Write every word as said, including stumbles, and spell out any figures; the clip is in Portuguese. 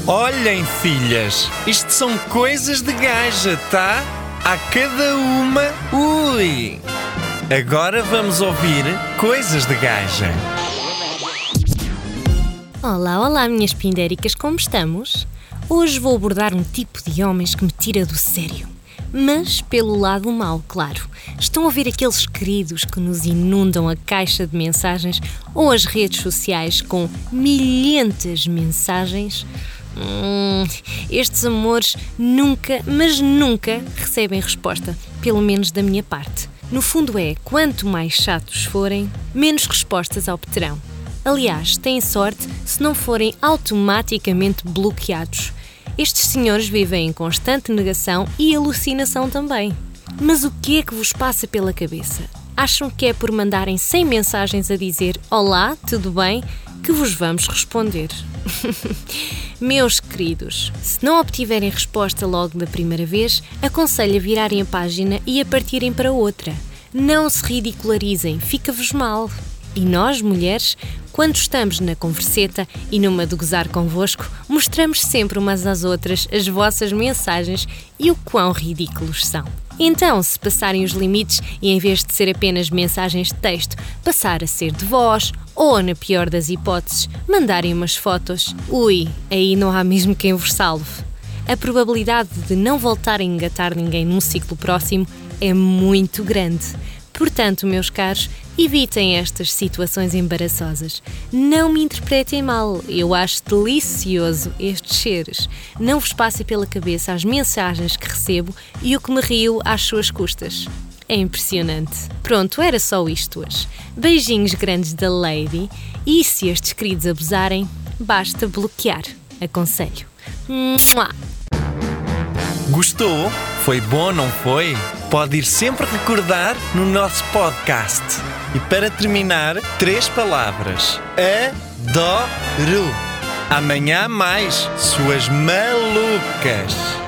Olhem, filhas, isto são coisas de gaja, tá? Há cada uma, ui! Agora vamos ouvir coisas de gaja. Olá, olá, minhas pindéricas, como estamos? Hoje vou abordar um tipo de homens que me tira do sério. Mas pelo lado mau, claro. Estão a ver aqueles queridos que nos inundam a caixa de mensagens ou as redes sociais com milhentas mensagens? Hum, estes amores nunca, mas nunca recebem resposta, pelo menos da minha parte. No fundo é, quanto mais chatos forem, menos respostas obterão. Aliás, têm sorte se não forem automaticamente bloqueados. Estes senhores vivem em constante negação e alucinação também. Mas o que é que vos passa pela cabeça? Acham que é por mandarem cem mensagens a dizer "Olá, tudo bem?" que vos vamos responder? Meus queridos, se não obtiverem resposta logo da primeira vez, aconselho a virarem a página e a partirem para outra. Não se ridicularizem, fica-vos mal. E nós, mulheres, quando estamos na converseta e numa de gozar convosco, mostramos sempre umas às outras as vossas mensagens e o quão ridículos são. Então, se passarem os limites e em vez de ser apenas mensagens de texto, passar a ser de voz ou, na pior das hipóteses, mandarem umas fotos, ui, aí não há mesmo quem vos salve. A probabilidade de não voltarem a engatar ninguém num ciclo próximo é muito grande. Portanto, meus caros, evitem estas situações embaraçosas. Não me interpretem mal, eu acho delicioso estes seres. Não vos passe pela cabeça as mensagens que recebo e o que me rio às suas custas. É impressionante. Pronto, era só isto hoje. Beijinhos grandes da Lady e se estes queridos abusarem, basta bloquear. Aconselho. Mua! Gostou? Foi bom, não foi? Pode ir sempre recordar no nosso podcast. E para terminar, três palavras. Adoro. Amanhã mais, suas malucas.